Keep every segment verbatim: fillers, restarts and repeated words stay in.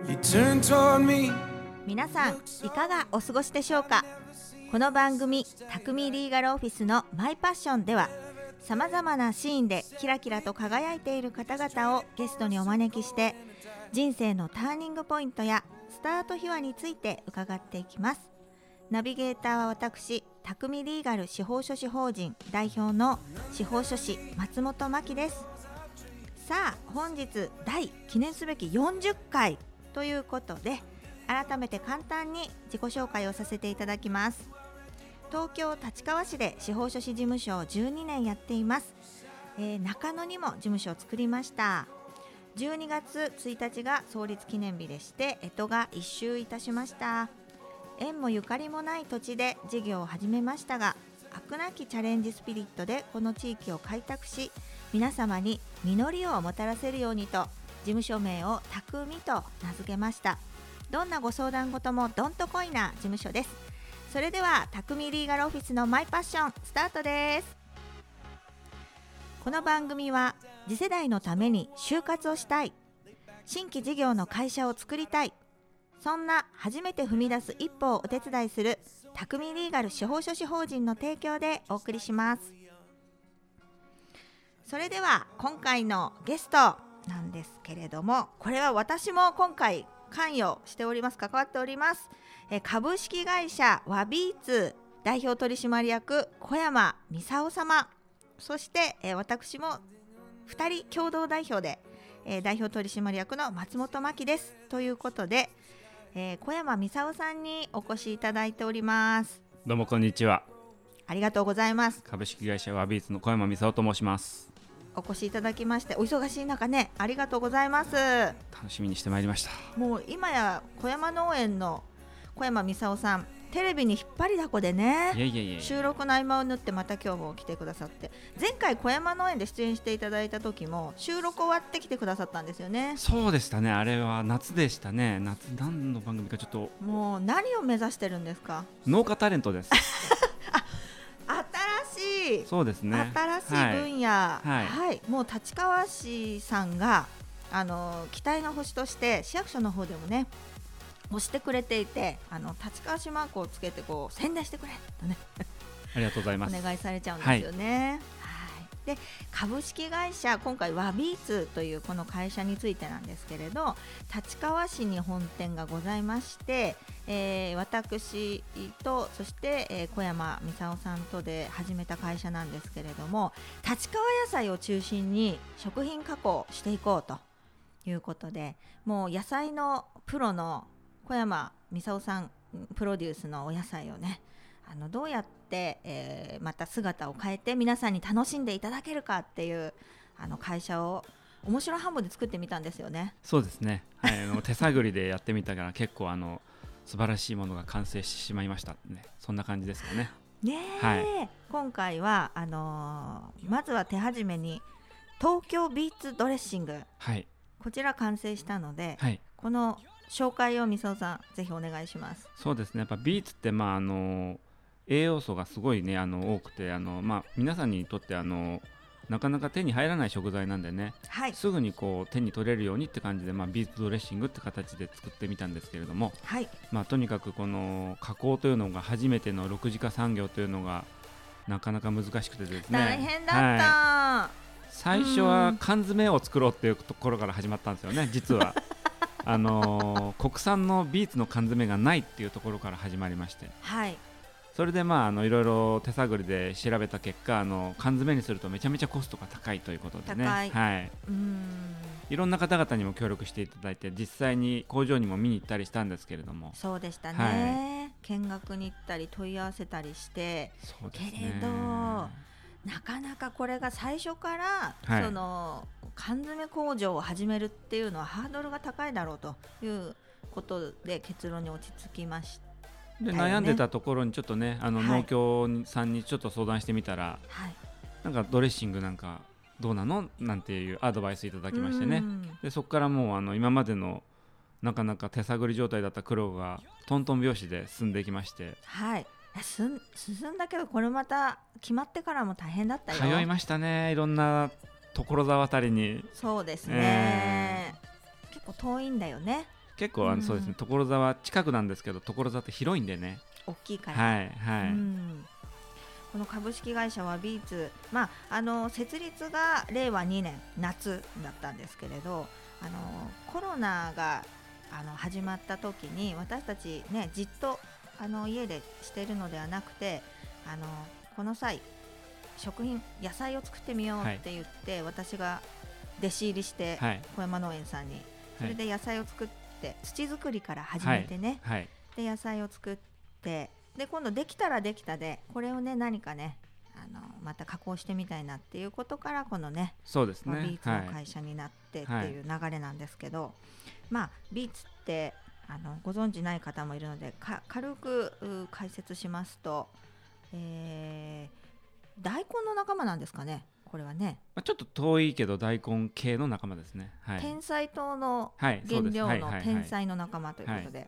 皆さんいかがお過ごしでしょうか。この番組タクミリーガルオフィスのマイパッションでは、さまざまなシーンでキラキラと輝いている方々をゲストにお招きして、人生のターニングポイントやスタート秘話について伺っていきます。ナビゲーターは私、タクミリーガル司法書士法人代表の司法書士松本真希です。さあ本日第記念すべきよんじゅっかいということで、改めて簡単に自己紹介をさせていただきます。東京立川市で司法書士事務所をじゅうにねんやっています。えー、中野にも事務所を作りました。じゅうにがつついたちが創立記念日でして、干支が一周いたしました。縁もゆかりもない土地で事業を始めましたが、飽くなきチャレンジスピリットでこの地域を開拓し、皆様に実りをもたらせるようにと、事務所名をたくみと名付けました。どんなご相談事もどんとこいな事務所です。それではタクミリーガルオフィスのマイパッションスタートです。この番組は次世代のために就活をしたい、新規事業の会社を作りたい、そんな初めて踏み出す一歩をお手伝いするタクミリーガル司法書士法人の提供でお送りします。それでは今回のゲストなんですけれども、これは私も今回関与しております、関わっております。え株式会社ワビーツ代表取締役小山美沙様、そしてえ私もふたり共同代表でえ代表取締役の松本真希ですということで、えー、小山美沙さんにお越しいただいております。 どうもこんにちは。 ありがとうございます。 株式会社ワビーツの小山美沙と申します。 お越しいただきましてお忙しい中ね、ありがとうございます。 楽しみにしてまいりました。 もう今や小山農園の小山美沙さん、テレビに引っ張りだこでね、 いやいやいや、 収録の合間を縫ってまた今日も来てくださって、前回小山農園で出演していただいた時も収録終わってきてくださったんですよね。 そうでしたね、あれは夏でしたね。夏、何の番組かちょっと。 もう何を目指してるんですか。 農家タレントですあ、新しい、 そうですね、 新しい分野、はいはいはい、もう立川市さんがあの期待の星として市役所の方でもね押してくれていて、あの立川市マークをつけてこう宣伝してくれとねありがとうございます。 お願いされちゃうんですよね。はい、で株式会社、今回ワビーツというこの会社についてなんですけれど、立川市に本店がございまして、えー、私とそして、えー、小山美沙さんとで始めた会社なんですけれども、立川野菜を中心に食品加工していこうということで、もう野菜のプロの小山美沙さんプロデュースのお野菜をね、あのどうやって、えー、また姿を変えて皆さんに楽しんでいただけるかっていうあの会社を面白半分で作ってみたんですよね。 そうですね、はい、あの手探りでやってみたから結構あの素晴らしいものが完成してしまいました、ね、そんな感じですかね。 ねえ、はい、今回はあのー、まずは手始めに東京ビーツドレッシング、はい、こちら完成したので、はい、この紹介をみそさんぜひお願いします。 そうですね、やっぱビーツって、まあ、あの栄養素がすごい、ね、あの多くて、あの、まあ、皆さんにとってあのなかなか手に入らない食材なんでね、はい、すぐにこう手に取れるようにって感じで、まあ、ビーツドレッシングって形で作ってみたんですけれども、はい、まあ、とにかくこの加工というのが初めてのろく次化産業というのがなかなか難しくてですね、 大変だった、 はい、最初は缶詰を作ろうっていうところから始まったんですよね、実はあのー、国産のビーツの缶詰がないっていうところから始まりまして、はい、それでまああのいろいろ手探りで調べた結果、あの缶詰にするとめちゃめちゃコストが高いということでね、はい、うーん、いろんな方々にも協力していただいて、実際に工場にも見に行ったりしたんですけれども。 そうでしたね、はい、見学に行ったり問い合わせたりして、そうですね、けれどなかなかこれが最初から、はい、その缶詰工場を始めるっていうのはハードルが高いだろうということで結論に落ち着きました、ね、 で悩んでたところにちょっとね、あの農協さんにちょっと相談してみたら、はい、なんかドレッシングなんかどうなのなんていうアドバイスいただきましてね、でそこからもうあの今までのなかなか手探り状態だった苦労がトントン拍子で進んでいきまして、 はい、進んだけどこれまた決まってからも大変だったよ。 通いましたね、いろんな所沢あたりに。 そうですね、えー、結構遠いんだよね。 結構あの、そうですね、所沢近くなんですけど、所沢って広いんでね、 大きいから、 はいはい、うん、 この株式会社はビーツ、まあ、あの設立がれいわにねん夏だったんですけれど、あのコロナがあの始まった時に私たち、ね、じっとあの家でしているのではなくて、あのこの際食品野菜を作ってみようって言って、はい、私が弟子入りして小山農園さんに、はい、それで野菜を作って土作りから始めてね、はいはい、で野菜を作って、で今度できたらできたでこれをね何かねあのまた加工してみたいなっていうことからこのね、 そうですね、まあ、 ビーツの会社になってっていう流れなんですけど、はい、まあビーツってあのご存じない方もいるのでか軽く解説しますと、えー、大根の仲間なんですかね、これはね、 まあ、ちょっと遠いけど大根系の仲間ですね、はい、 天才糖の原料の天才の仲間ということで、はい、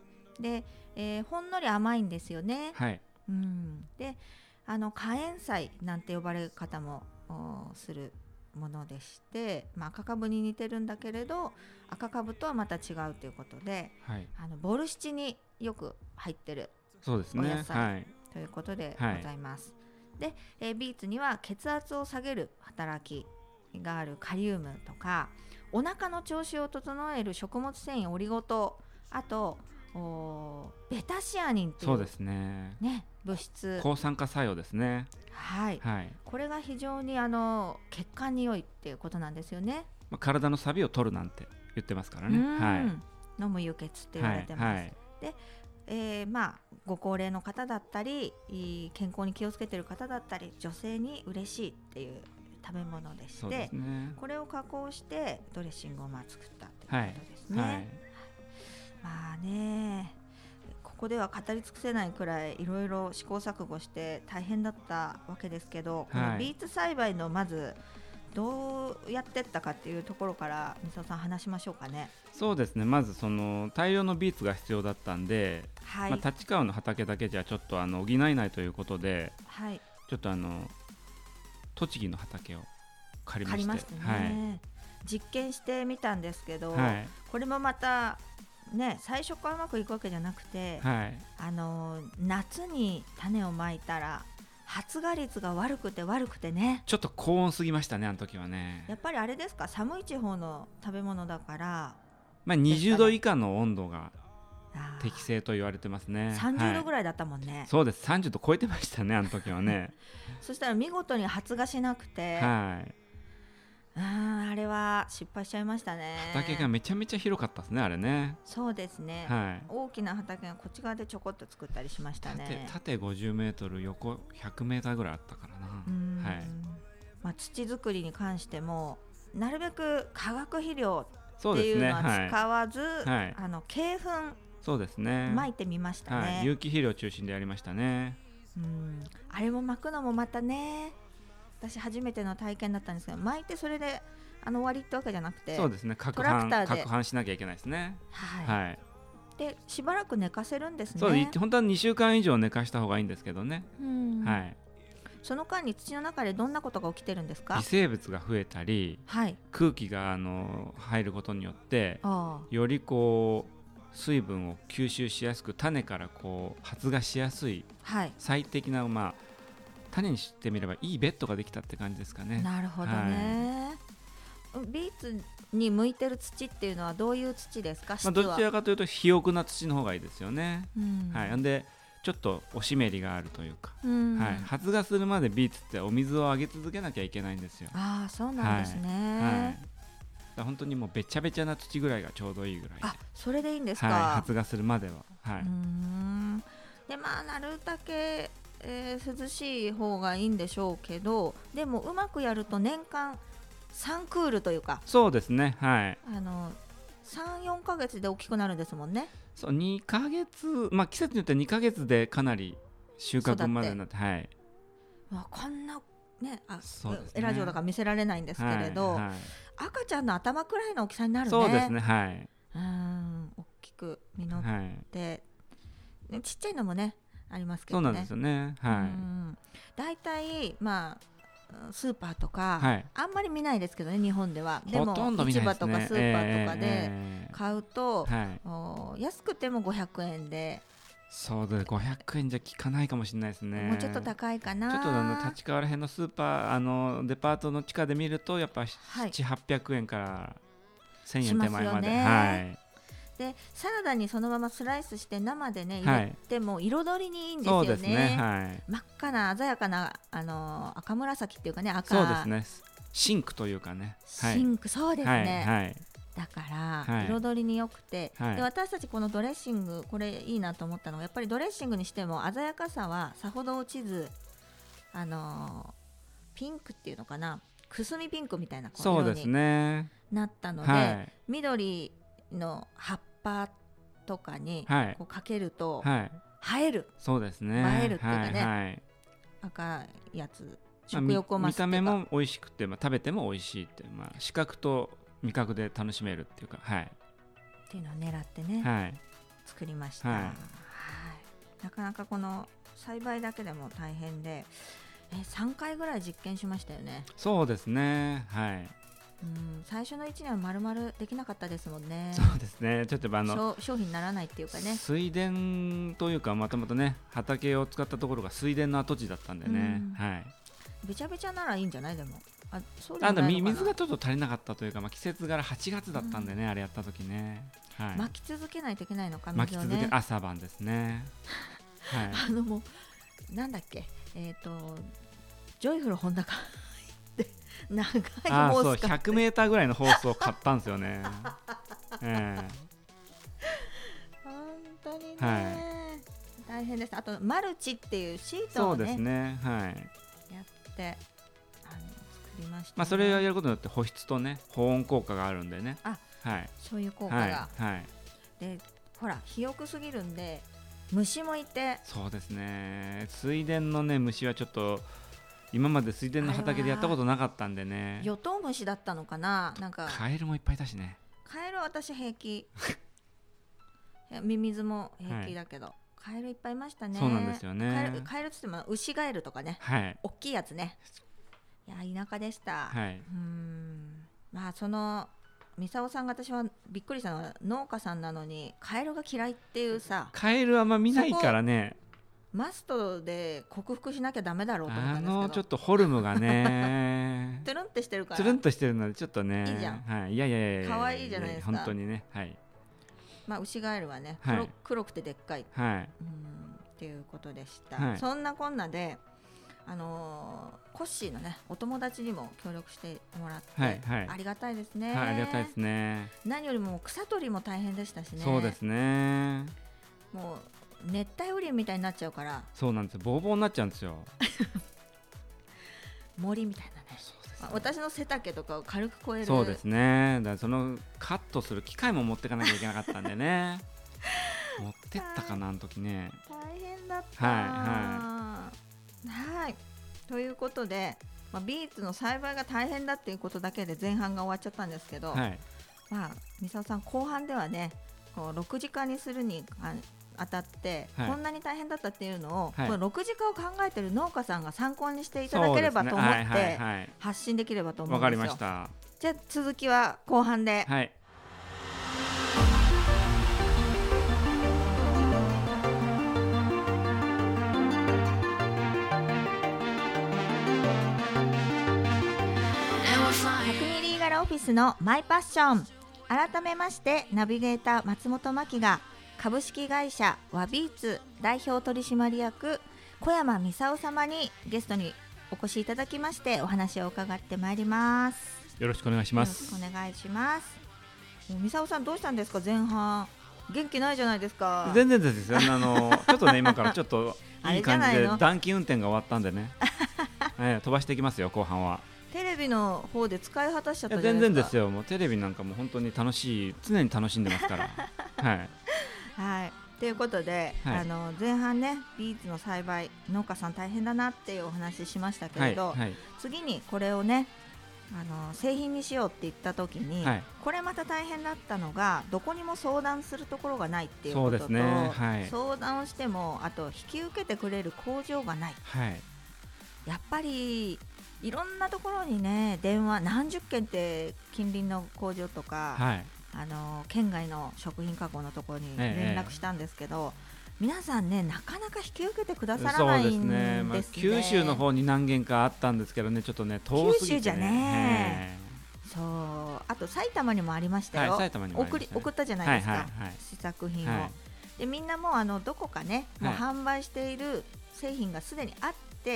で、えー、ほんのり甘いんですよね、はい、うん、であの火炎菜なんて呼ばれる方もするものでして、まあ、赤かぶに似てるんだけれど赤かぶとはまた違うということで、はい、あのボルシチによく入ってるお野菜、そうですね、はい、ということでございます、はい、で、えー、ビーツには血圧を下げる働きがあるカリウムとかお腹の調子を整える食物繊維オリゴ糖、あとベタシアニンという、 そうですね、 ね、物質、 抗酸化作用ですね、 はい、はい、これが非常にあの血管に良いっていうことなんですよね、 まあ、体のサビを取るなんて言ってますからね、はい、 飲む輸血って言われてます、はいはい、で、えー、まあご高齢の方だったり健康に気をつけている方だったり女性に嬉しいっていう食べ物でして、ね、これを加工してドレッシングをまあ作ったということですね、はいはい、まあねここでは語り尽くせないくらいいろいろ試行錯誤して大変だったわけですけど、はい、このビーツ栽培のまずどうやってったかっていうところから水尾さん話しましょうかね。 そうですね、まずその大量のビーツが必要だったんで、はい、まあ、立川の畑だけじゃちょっとあの補えないということで、はい、ちょっとあの栃木の畑を借りまして、借りましてね、はい、 実験してみたんですけど、はい、これもまたね、最初からうまくいくわけじゃなくて、はい、あの夏に種をまいたら発芽率が悪くて悪くてね、 ちょっと高温すぎましたね、あの時はね。 やっぱりあれですか、寒い地方の食べ物だから、 まあ、にじゅうど以下の温度が適正と言われてますね。 さんじゅうどぐらいだったもんね、はい、 そうです、さんじゅうど超えてましたね、あの時はねそしたら見事に発芽しなくて、はい、あ, あれは失敗しちゃいましたね。 畑がめちゃめちゃ広かったですね、あれね。 そうですね、はい、大きな畑がこっち側でちょこっと作ったりしましたね。 縦, 縦ごじゅうメートル横ひゃくメーターぐらいあったからな。うん、はい、 まあ、土作りに関してもなるべく化学肥料っていうのは使わず、はいはい、あの鶏粉そうですね撒いてみましたね、 はい、有機肥料中心でやりましたね。 うん、あれも撒くのもまたね、私初めての体験だったんですけど、巻いてそれであの終わりってわけじゃなくて、 そうですね、攪拌攪拌しなきゃいけないですね、はいはい、 でしばらく寝かせるんですね。 そう、本当はにしゅうかん以上寝かした方がいいんですけどね、うん、はい、 その間に土の中でどんなことが起きてるんですか？ 微生物が増えたり、はい、空気があの入ることによってよりこう水分を吸収しやすく種からこう発芽しやすい、はい、最適な、まあ、種にしてみればいいベッドができたって感じですかね。 なるほどね、はい、ビーツに向いてる土っていうのはどういう土ですか？ まあ、どちらかというと肥沃な土の方がいいですよね、うん、はい、なんでちょっとお湿りがあるというか、うんはい、発芽するまでビーツってお水をあげ続けなきゃいけないんですよ。 ああ、そうなんですね、はいはい、 本当にもうべちゃべちゃな土ぐらいがちょうどいいぐらいで。 あ、それでいいんですか？ はい、発芽するまでは、はい、うーんで、まあ、なるだけ、えー、涼しい方がいいんでしょうけど、でもうまくやると年間さんクールというか、 そうですね、はい、あのさん、よんかげつで大きくなるんですもんね。 そう、にかげつ、まあ、季節によってはにかげつでかなり収穫までになって、はい、 まあ、こんなね、あ、そうですね、ラジオだから見せられないんですけれど、はいはい、赤ちゃんの頭くらいの大きさになるね。 そうですね、はい、 うん、大きく実って、はい、ちっちゃいのもねありますけどね。 そうなんですよね、はい、 うん、だいたい、まあ、 スーパーとか、 はい、 あんまり見ないですけどね日本では。でもほとんど見ないですね、 市場とかスーパーとかで買うと、 えーえーはい、 安くてもごひゃくえんで、 そうです、ごひゃくえんじゃ効かないかもしれないですね。 もうちょっと高いかな。 ちょっとあの立川ら辺のスーパー、あのデパートの地下で見るとやっぱななひゃくはっぴゃくえんからせんえん手前まで、 ね、 はい、 でサラダにそのままスライスして生でね入れても彩りにいいんですよね。 そうですね、はい、 真っ赤な鮮やかなあの赤紫っていうかね、赤、 そうですね、シンクというかね、 シンク、はい、そうですね、 はいはい、 だから彩りに良くて、 はい、 で私たちこのドレッシングこれいいなと思ったのが、やっぱりドレッシングにしても鮮やかさはさほど落ちず、あのー、ピンクっていうのかな、くすみピンクみたいな色になったので、 はい、 緑の葉っぱとかにこうかけると、 はい、 映える、 そうですね、 映えるっていうかね、 はいはい、 赤いやつ食欲を増すっていうか、 見た目も美味しくて、まあ、食べても美味しいって、まあ、視覚と味覚で楽しめるっていうか、はい、 っていうのを狙ってね、 はい、 作りました、 はいはい、なかなかこの栽培だけでも大変で、えさんかいぐらい実験しましたよね。 そうですね、はい、 うん、最初のいちねんは丸々できなかったですもんね。 そうですね、ちょっとあの商品にならないっていうかね、 水田というかまたまたね畑を使ったところが水田の跡地だったんでね、うん、はい、 べちゃべちゃならいいんじゃない？でもあそうでもないのかな。水がちょっと足りなかったというか、まあ、季節柄はちがつだったんでね、うん、あれやった時ね、はい、 巻き続けないといけないのか、 水をね、巻き続け朝晩ですね、 はい、あのもうなんだっけ、えーとジョイフルホンダか長いホース買って、 あそうひゃくメーターぐらいのホースを買ったんですよねえー、本当にね、はい、大変です。あとマルチっていうシートをね、 そうですね、はい、 やってあの作りました、ね。 まあ、それをやることによって保湿とね保温効果があるんでね、 あ、 はい、 そういう効果が、 はいはい、 でほら肥沃すぎるんで虫もいて、 そうですね、水田のね虫はちょっと今まで水田の畑でやったことなかったんでね、 ヨトウムシだったのかな、なんかカエルもいっぱいいたしね。 カエルは私平気ミミズも平気だけど、はい、カエルいっぱいいましたね。 そうなんですよね。 カエル、カエルっつってもウシガエルとかね、 はい、 大きいやつね。いや田舎でした、 はい、 うーん、まあそのミサオさんが、私はびっくりしたのは農家さんなのにカエルが嫌いっていうさ。 カエルはあんま見ないからね、 マストで克服しなきゃダメだろうと思ったんですけど、 あのちょっとフォルムがねトゥルンってしてるから、 トゥルンとしてるのでちょっとねいいじゃん、 はい、いやいやいやいや可愛いじゃないですか、 本当にね、はい、 まあ、ウシガエルはね、 はい、 黒, 黒くてでっかい、 はい、 うんっていうことでした、 はい、 そんなこんなで、あのー、コッシーのねお友達にも協力してもらって、 はいはい、 ありがたいですね、 はい、ありがたいですね。 何よりも草取りも大変でしたしね。 そうですね、 もう熱帯雨林みたいになっちゃうから、 そうなんですよ、ボーボーになっちゃうんですよ森みたいなね。 そうですね、 まあ、私の背丈とかを軽く超える。 そうですね、だからそのカットする機械も持ってかなきゃいけなかったんでね持ってったかなあの時ね、 大変だった。 はいはい、 はい、ということで、まあ、ビーツの栽培が大変だっていうことだけで前半が終わっちゃったんですけど、 はい、 まあ、ミサオさん後半ではね、こうろくじかんにするにあたって、はい、こんなに大変だったっていうのを、はい、このろくじかんを考えている農家さんが参考にしていただければと思って発信できればと思うんですよ。 わかりました。 じゃあ続きは後半で、 はい、 匠リーガルオフィスのマイパッション、改めましてナビゲーター松本真希が株式会社ワビーツ代表取締役小山美沙夫様にゲストにお越しいただきましてお話を伺ってまいります。 よろしくお願いします。 よろしくお願いします。美沙夫さんどうしたんですか、前半元気ないじゃないですか。 全然ですよあのちょっとね今からちょっといい感じで暖気運転が終わったんでね、えー、飛ばしていきますよ後半は。 テレビの方で使い果たしちゃったじゃないですか。 全然ですよ、もうテレビなんかも本当に楽しい、常に楽しんでますからはいはい、ということで、はい、あの前半ねビーツの栽培農家さん大変だなっていうお話ししましたけれど、はいはい、次にこれをねあの製品にしようって言った時に、はい、これまた大変だったのがどこにも相談するところがないっていうことと、そうですね、はい、相談をしてもあと引き受けてくれる工場がない、 はい、 やっぱりいろんなところにね電話何十件って近隣の工場とか、はい、あの県外の食品加工のところに連絡したんですけど、ええ、皆さんねなかなか引き受けてくださらないんですね。そうですね、まあ、 九州の方に何件かあったんですけどね、ちょっとね遠すぎてね、 九州じゃね、そう、あと埼玉にもありましたよ、はい、埼玉にもありましたね、送り送ったじゃないですか、はいはいはい、試作品を、はい、でみんなもうあのどこかね、もう販売している製品がすでにあって、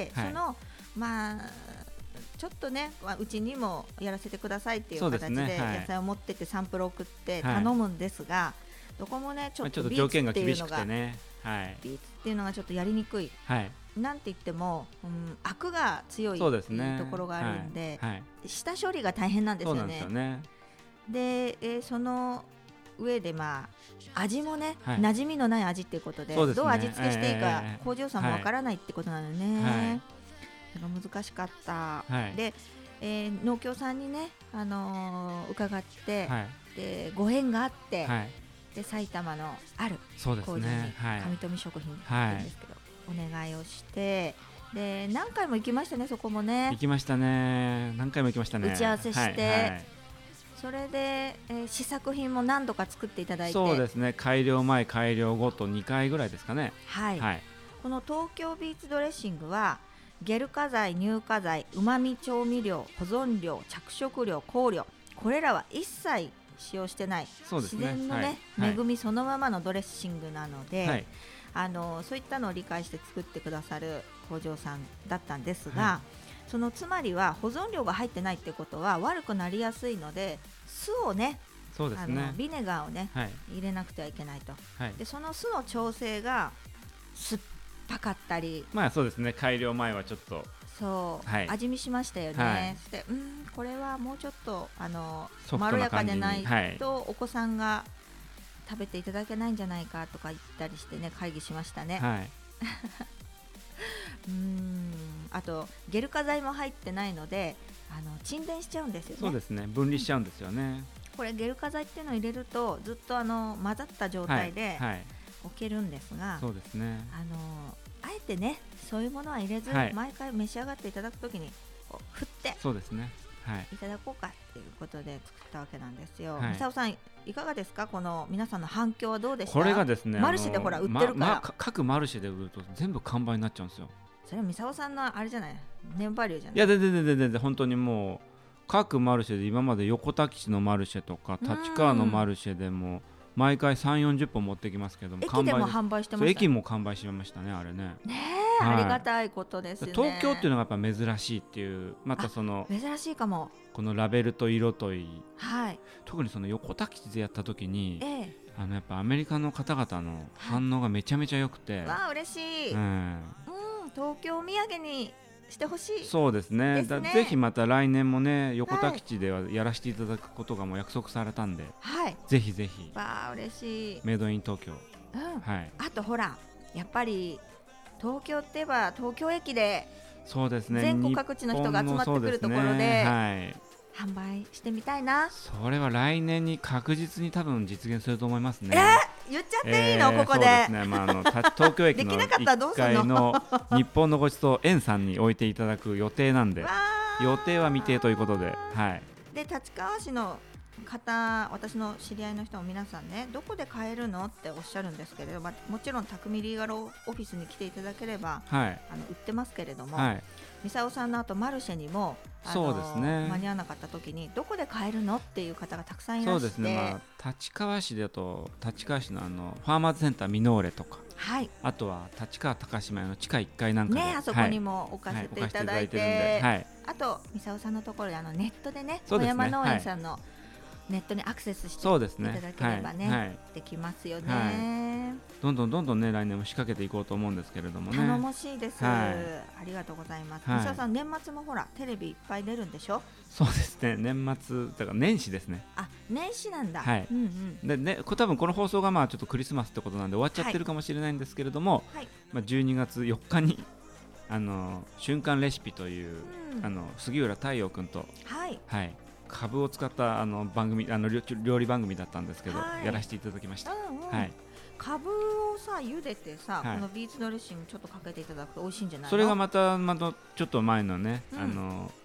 はい、そのまあちょっとね、まあ、うちにもやらせてくださいっていう形で野菜を持ってってサンプルを送って頼むんですが、はい、どこもねちょっとビーツっていうのが、ね、はい、ビーツっていうのがちょっとやりにくい、はい、なんて言っても、うん、アクが強いっていうところがあるんで、はいはい、下処理が大変なんですよね。そうなんですよね。で、えー、その上でまあ味もね、はい、馴染みのない味っていうことで、ね、どう味付けしていいか、えー、工場さんもわからないってことなのね、はい、難しかった、はい、で、えー、農協さんにね、あのー、伺って、はい、でご縁があって、はい、で埼玉のある工場に、ね、はい、上富食品って言うんですけど、はい、お願いをして、で何回も行きましたね。そこもね行きましたね、何回も行きましたね、 打ち合わせして、はいはい、それで、えー、試作品も何度か作っていただいて、 そうですね、改良前改良後とにかいぐらいですかね、 はいはい、この東京ビーツドレッシングはゲル化剤、乳化剤、うまみ調味料、保存料、着色料、香料、これらは一切使用してない、そうですね、自然の、ね、はい、恵みそのままのドレッシングなので、はい、あのそういったのを理解して作ってくださる工場さんだったんですが、はい、そのつまりは保存料が入ってないってことは悪くなりやすいので、酢をね、そうですね、あのビネガーをね、はい、入れなくてはいけないと、はい、でその酢の調整が酸っぱかったり、 まあそうですね、改良前はちょっとそう、はい、味見しましたよね、はい、そしてうんこれはもうちょっとあのまろやかでないとお子さんが食べていただけないんじゃないかとか言ったりしてね、会議しましたね、はい、うーん、あとゲル化剤も入ってないのであの沈殿しちゃうんですよね。 そうですね、分離しちゃうんですよね。 これゲル化剤っていうのを入れるとずっとあの混ざった状態で置けるんですが、はいはい、そうですね、あのあえてねそういうものは入れず、はい、毎回召し上がっていただくときに振ってそうですね、はい、いただこうかということで作ったわけなんですよ。ミサオさんいかがですか、この皆さんの反響はどうでした？ これがですね、 マルシェでほら売ってるから、まま、 各マルシェで売ると全部完売になっちゃうんですよ。 それはミサオさんのあれじゃない、年バリューじゃない。 いや全然全然全然本当にもう各マルシェで今まで横田基地のマルシェとか立川のマルシェでも毎回さんじゅう、よんじゅっぽん持ってきますけども、 駅でも販売してました。 駅も完売しましたね、あれね。 ねえ、はい、ありがたいことですね。 東京っていうのがやっぱ珍しいっていう、またその珍しいかも、 このラベルと色といい、 はい、 特にその横田基地でやった時に、ええ、あのやっぱアメリカの方々の反応がめちゃめちゃ良くて、 わあ嬉しい、うん、うん、東京土産にしてほしい。 そうですね、ですね、だぜひまた来年もね横田基地ではやらせていただくことがもう約束されたんで、はい、ぜひぜひ。 わあ嬉しい。 メイドイン東京、 うん、はい、あとほらやっぱり東京って言えば東京駅でそうですね、全国各地の人が集まってくるところ で, で、ね、はい、販売してみたいな。 それは来年に確実に多分実現すると思いますね。 えー、言っちゃっていいの、えー、ここで。そうですね、まあ、あの東京駅のいっかいの日本のごちそう園さんに置いていただく予定なんで予定は未定ということで、はい、で立川市の方、私の知り合いの人も皆さんね、どこで買えるのっておっしゃるんですけれど、まあ、もちろん匠リーガルオフィスに来ていただければ、はい、あの売ってますけれども、はい、ミサオさんのあとマルシェにもあのそうです、ね、間に合わなかった時にどこで買えるのっていう方がたくさんいらして、そうですね、 まあ、立川市だと立川市の、 あのファーマーズセンターミノーレとか、はい、あとは立川高島屋の地下いっかいなんかで、ね、 あそこにも置かせていただいて、はいはい、はい、あとミサオさんのところであのネットでね、小山農園さんの、はい、ネットにアクセスしていただければね、はいはい、できますよね、はい、 どんどんどんどんね来年も仕掛けていこうと思うんですけれどもね。 頼もしいです、はい、ありがとうございます。西田さん、年末もほらテレビいっぱい出るんでしょ。 そうですね、年末だから年始ですね。 あ、年始なんだ、 はい、うんうん、でね、多分この放送がまあちょっとクリスマスってことなんで終わっちゃってるかもしれないんですけれども、はい、まあ、じゅうにがつよっかにあの瞬間レシピという、うん、あの杉浦太陽君と、はい、はい、カブを使ったあの番組、あの料理番組だったんですけど、はい、やらせていただきました、うんうん、はい、 カブをさ茹でてさ、はい、このビーツドレッシングちょっとかけていただくと美味しいんじゃないの。 それがまたまたちょっと前のね、うん、あの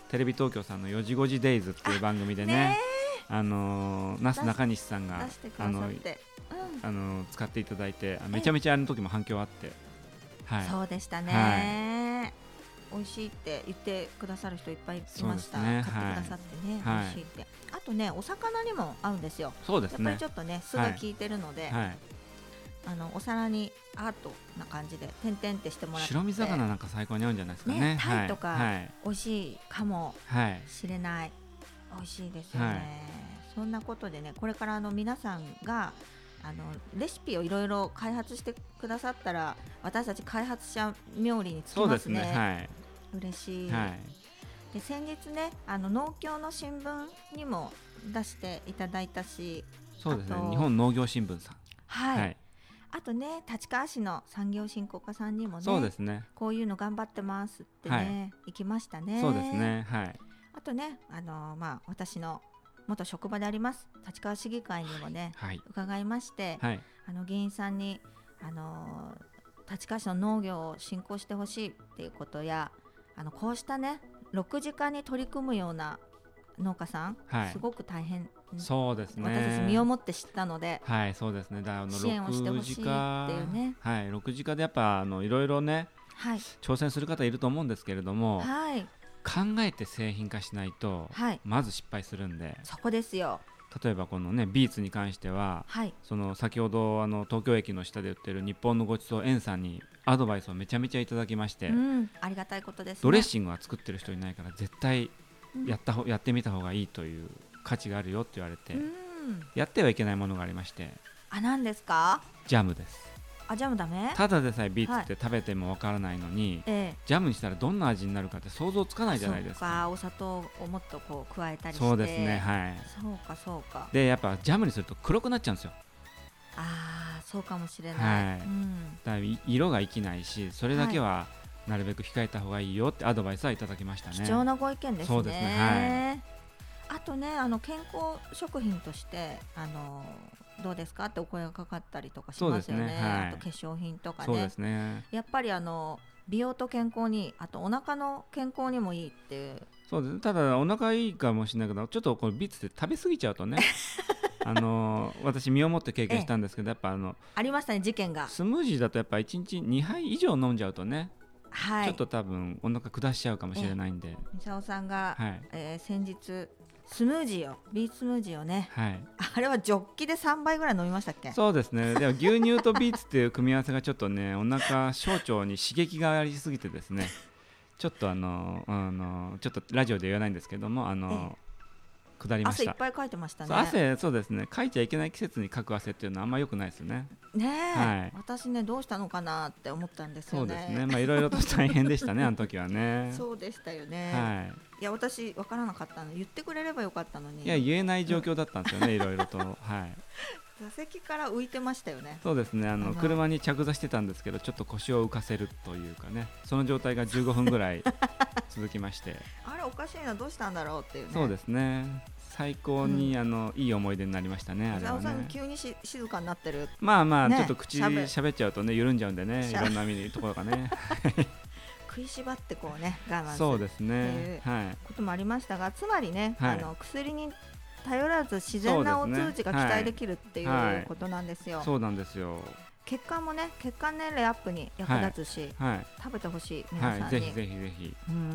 テレビ東京さんのよじごじデイズっていう番組でね、あのー、那須中西さんがあの、うん、あの使っていただいて、めちゃめちゃあの時も反響あって、 はい、そうでしたね、はい、美味しいって言ってくださる人いっぱいいました、ね、買ってくださってね、はい、美味しいって、あとねお魚にも合うんですよ。 そうですね、 やっぱりちょっとね酢が効いてるので、はいはい、あのお皿にアートな感じで点々ってしてもらって、 白身魚なんか最高に合うんじゃないですかね。ね、 タイとか、はい、美味しいかもしれない、はい、美味しいですよね、はい、そんなことでね、これからあの皆さんがあのレシピをいろいろ開発してくださったら、私たち開発者冥利につきますね。そうですね、はい、嬉しい、はい、で先日ねあの農協の新聞にも出していただいたし、 そうですね、日本農業新聞さん、 はい、はい、あとね立川市の産業振興課さんにも ね, そうですねこういうの頑張ってますってね、はい、行きましたね。 そうですね、はい、 あとねあの、まあ、私の元職場であります立川市議会にもね、はい、伺いまして、はい、あの議員さんにあの立川市の農業を振興してほしいっていうことや、あのこうしたね緑地化に取り組むような農家さん、はい、すごく大変、 そうですね、 私たち身をもって知ったので、 はい、そうですね、だあの支援をしてほしいっていうね、 はい、緑地化でやっぱあのいろいろね、はい、挑戦する方いると思うんですけれども、はい、考えて製品化しないと、はい、まず失敗するんで、 そこですよ。 例えばこのねビーツに関しては、はい、その先ほどあの東京駅の下で売ってる日本のごちそう園さんにアドバイスをめちゃめちゃいただきまして、うん、 ありがたいことですね。 ドレッシングは作ってる人いないから絶対やったほ、うん、やってみた方がいいという価値があるよって言われて、うん、やってはいけないものがありまして、 あ、何ですか？ ジャムです。 あ、ジャムダメ？ ただでさえビーツって食べてもわからないのに、はい、ジャムにしたらどんな味になるかって想像つかないじゃないですか。 そうか、お砂糖をもっとこう加えたりして。 そうですね、はい。 そうかそうか。 でやっぱジャムにすると黒くなっちゃうんですよ。 ああ、そうかもしれない、はい、うん、 だから色が生きないし、それだけはなるべく控えた方がいいよってアドバイスはいただきましたね。 貴重なご意見ですね。 そうですね、 はい、あとね、あの健康食品としてあのどうですかってお声がかかったりとかしますよね。ね、はい、あと化粧品とかね。 そうですね、 やっぱりあの美容と健康に、あとお腹の健康にもいいっていう。 そうです。ただお腹いいかもしれないけど、ちょっとこのビーツって食べ過ぎちゃうとねあの私身をもって経験したんですけど、やっぱあのありましたね、事件が。 スムージーだとやっぱいちにちにはい以上飲んじゃうとね、はい、ちょっと多分お腹下しちゃうかもしれないんで、 みさおさんが、はい、えー、先日スムージーをビーツスムージーをね、はい、あれはジョッキでさんばいぐらい飲みましたっけ？ そうですね。でも牛乳とビーツっていう組み合わせがちょっとねお腹小腸に刺激がありすぎてですねちょっとあのあのちょっとラジオで言わないんですけども、あの、ええ、下りました。 汗いっぱいかいてましたね。 そう、汗、そうですね、かいちゃいけない季節にかく汗っていうのはあんま良くないですよね。 ねえ、はい、私ねどうしたのかなって思ったんですよね。 そうですね、まあいろいろと大変でしたねあの時はね。 そうでしたよね、 はい、 いや私分からなかったの、言ってくれればよかったのに。 いや言えない状況だったんですよね、いろいろと、はい、 座席から浮いてましたよね。 そうですね、あの車に着座してたんですけど、ちょっと腰を浮かせるというかね、その状態がじゅうごふんぐらい続きましてあれおかしいな、どうしたんだろうっていうね。 そうですね、最高に、うん、あのいい思い出になりましたね。あれはね。 さん急にし静かになってる。 まあまあ、ね、ちょっと口しゃべっちゃうとね緩んじゃうんでね、いろんなところがね食いしばってこうね我慢するそうですね、 はい、こともありましたが、つまりね、はい、あの薬に頼らず自然なお通じが期待できるっていうことなんですよ。 はいはい、そうなんですよ。 血管もね、血管年齢アップに役立つし、はいはい、食べてほしい皆さんに、はい、 ぜひぜひぜひ。うんうん、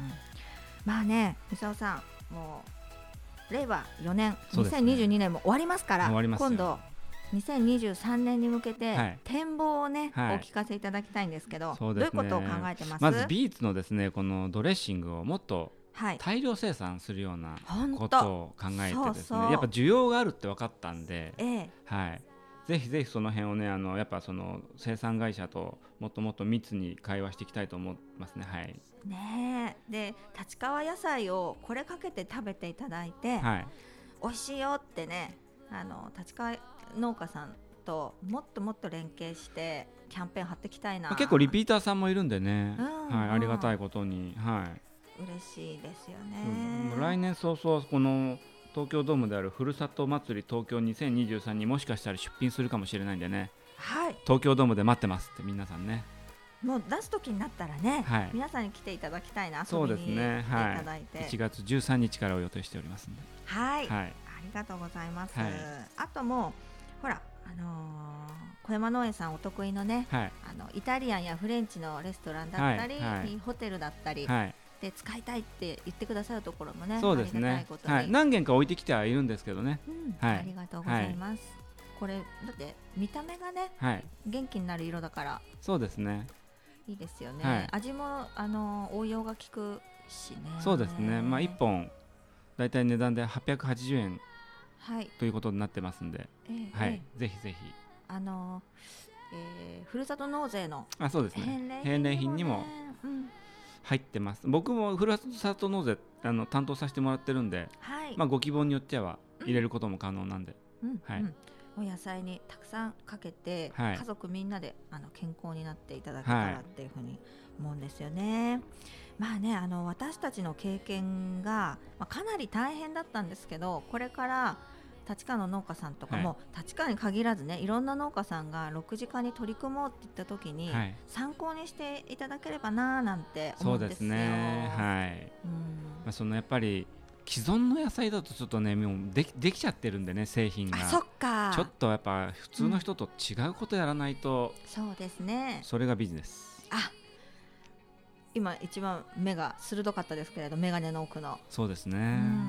まあね、みさおさんもうれいわよねん、にせんにじゅうにねんも終わりますから、今度にせんにじゅうさんねんに向けて展望をね、はい、お聞かせいただきたいんですけど、そうですね、どういうことを考えてます？ まずビーツのですねこのドレッシングをもっと大量生産するようなことを考えてですね、そうそう、やっぱ需要があるって分かったんで、ええ、はい、ぜひぜひその辺をね、あのやっぱその生産会社ともっともっと密に会話していきたいと思いますね。はい、 ねえ、で立川野菜をこれかけて食べていただいて、はい、美味しいよってね、あの立川農家さんともっともっと連携してキャンペーン張っていきたいな。 結構リピーターさんもいるんでね、うんうん、はい、ありがたいことに、はい、 嬉しいですよね。 うん、来年早々この東京ドームであるふるさと祭り東京にせんにじゅうさんにもしかしたら出品するかもしれないんでね、はい、東京ドームで待ってますって皆さんね。 もう出す時になったらね、はい、皆さんに来ていただきたいな、遊びに来ていただいて、 はい、いちがつじゅうさんにちからを予定しておりますので、 はい、はい、ありがとうございます、はい、あともうほら、あのー、小山農園さんお得意のね、はい、あのイタリアンやフレンチのレストランだったり、はいはい、ホテルだったり、はい、で使いたいって言ってくださるところもね、 そうですね、 ありがたいことに、 はい、何軒か置いてきてはいるんですけどね、 うんはい、ありがとうございます、はい、これだって見た目がね、はい、元気になる色だからそうですね、 いいですよね、はい、味もあの応用が効くしね。 そうですね、まあ、いっぽんだいたい値段ではっぴゃくはちじゅうえん、はい、ということになってますんで、えーはい、えー、ぜひぜひあの、えー、ふるさと納税のあそうですね、返礼品にも入ってます、うん、僕もふるさと納税あの担当させてもらってるんで、はいまあ、ご希望によっては入れることも可能なんで、うんはいうん、 お野菜にたくさんかけて、はい、家族みんなであの健康になっていただけたらっていうふうに思うんですよね、はい、まあね、あの私たちの経験が、まあ、かなり大変だったんですけど、これから立川の農家さんとかも、はい、立川に限らずね、いろんな農家さんがろくじかんに取り組もうって言った時に、はい、参考にしていただければななんて思うんですよ。 そうですね、はい、うんまあ、そのやっぱり既存の野菜だとちょっとね、もう で, できちゃってるんでね、製品が。 あ、そっか。 ちょっとやっぱ普通の人と違うことやらないと、 うん、そうですね、 それがビジネス。 あ、今一番目が鋭かったですけれど、メガネの奥の。 そうですね、うん、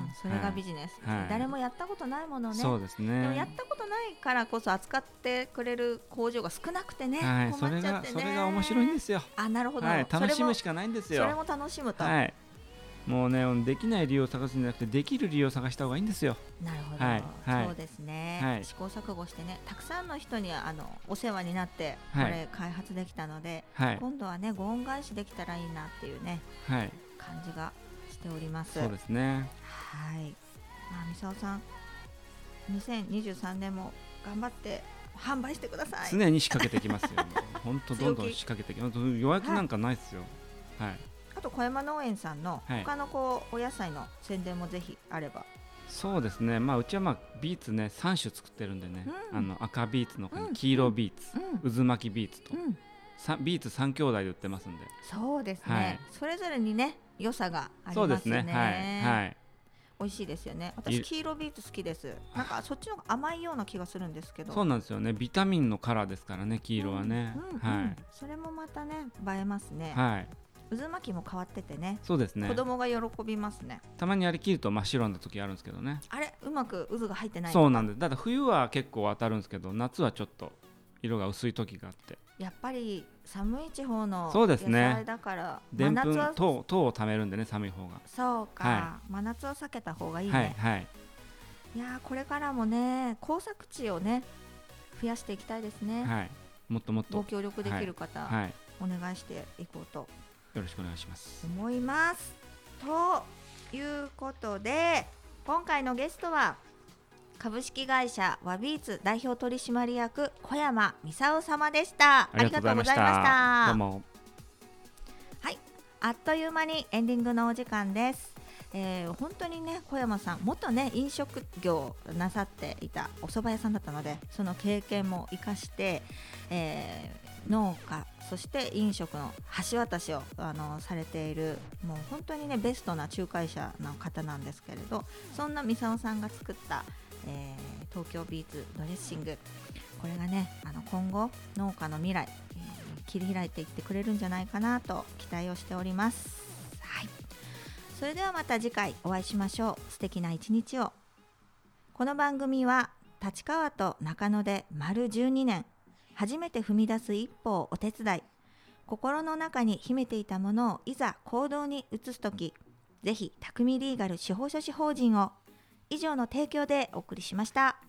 それがビジネス、はい、誰もやったことないものね。 そうですね。 でもやったことないからこそ扱ってくれる工場が少なくてね、 はい、 困っちゃってね。 それがそれが面白いんですよ。 あ、なるほど、 はい、楽しむしかないんですよ。 それも楽しむと、 はい、もうね、できない理由を探すんじゃなくて、できる理由を探した方がいいんですよ。 なるほど、はいはい、そうですね、はい、試行錯誤してね、たくさんの人にあのお世話になってこれ開発できたので、はい、今度はねご恩返しできたらいいなっていうね、はい、感じがしております。 そうですね、 はい、まあ、みさおさんにせんにじゅうさんねんも頑張って販売してください。 常に仕掛けてきますよ本当どんどん仕掛けてきます。予約なんかないですよ。はい、はい、あと小山農園さんの他のこうお野菜の宣伝もぜひあれば。 そうですね、まあ、うちはまあビーツねさん種作ってるんでね、うん、あの赤ビーツの他に黄色ビーツ、うん、渦巻きビーツと、うん、ビーツさん兄弟で売ってますんで。 そうですね、はい、それぞれにね良さがありますよね。そうですね、はいはい、美味しいですよね。私黄色ビーツ好きです。なんかそっちの方が甘いような気がするんですけど。 そうなんですよね、ビタミンのカラーですからね、黄色はね、うんうんうん、はい、 それもまたね映えますね。 はい、 渦巻きも変わっててね。 そうですね、 子供が喜びますね。 たまにあれ切ると真っ白な時あるんですけどね。 あれうまく渦が入ってない。 そうなんです。だから冬は結構当たるんですけど、夏はちょっと色が薄い時があって、 やっぱり寒い地方の野菜だからでんぷん糖をためるんでね、寒い方が。 そうか、はい、真夏を避けた方がいいね。はいはい、いやこれからもね耕作地をね増やしていきたいですね。はい、もっともっとご協力できる方、はいはい、お願いしていこうとよろしくお願いします思います。ということで今回のゲストは株式会社ワビーツ代表取締役小山美沙様でした。ありがとうございました。 どうも。 はい、あっという間にエンディングのお時間です。えー、本当にね小山さん元ね飲食業なさっていたお蕎麦屋さんだったので、その経験も生かして、えー、農家そして飲食の橋渡しをあのされている、もう本当にねベストな仲介者の方なんですけれど、そんな美沙さんが作ったえー、東京ビーツドレッシング、これがねあの今後農家の未来、えー、切り開いていってくれるんじゃないかなと期待をしております。はい、それではまた次回お会いしましょう。素敵な一日を。この番組は立川と中野で丸じゅうにねん、初めて踏み出す一歩をお手伝い、心の中に秘めていたものをいざ行動に移すとき、ぜひ匠リーガル司法書士法人を以上の提供でお送りしました。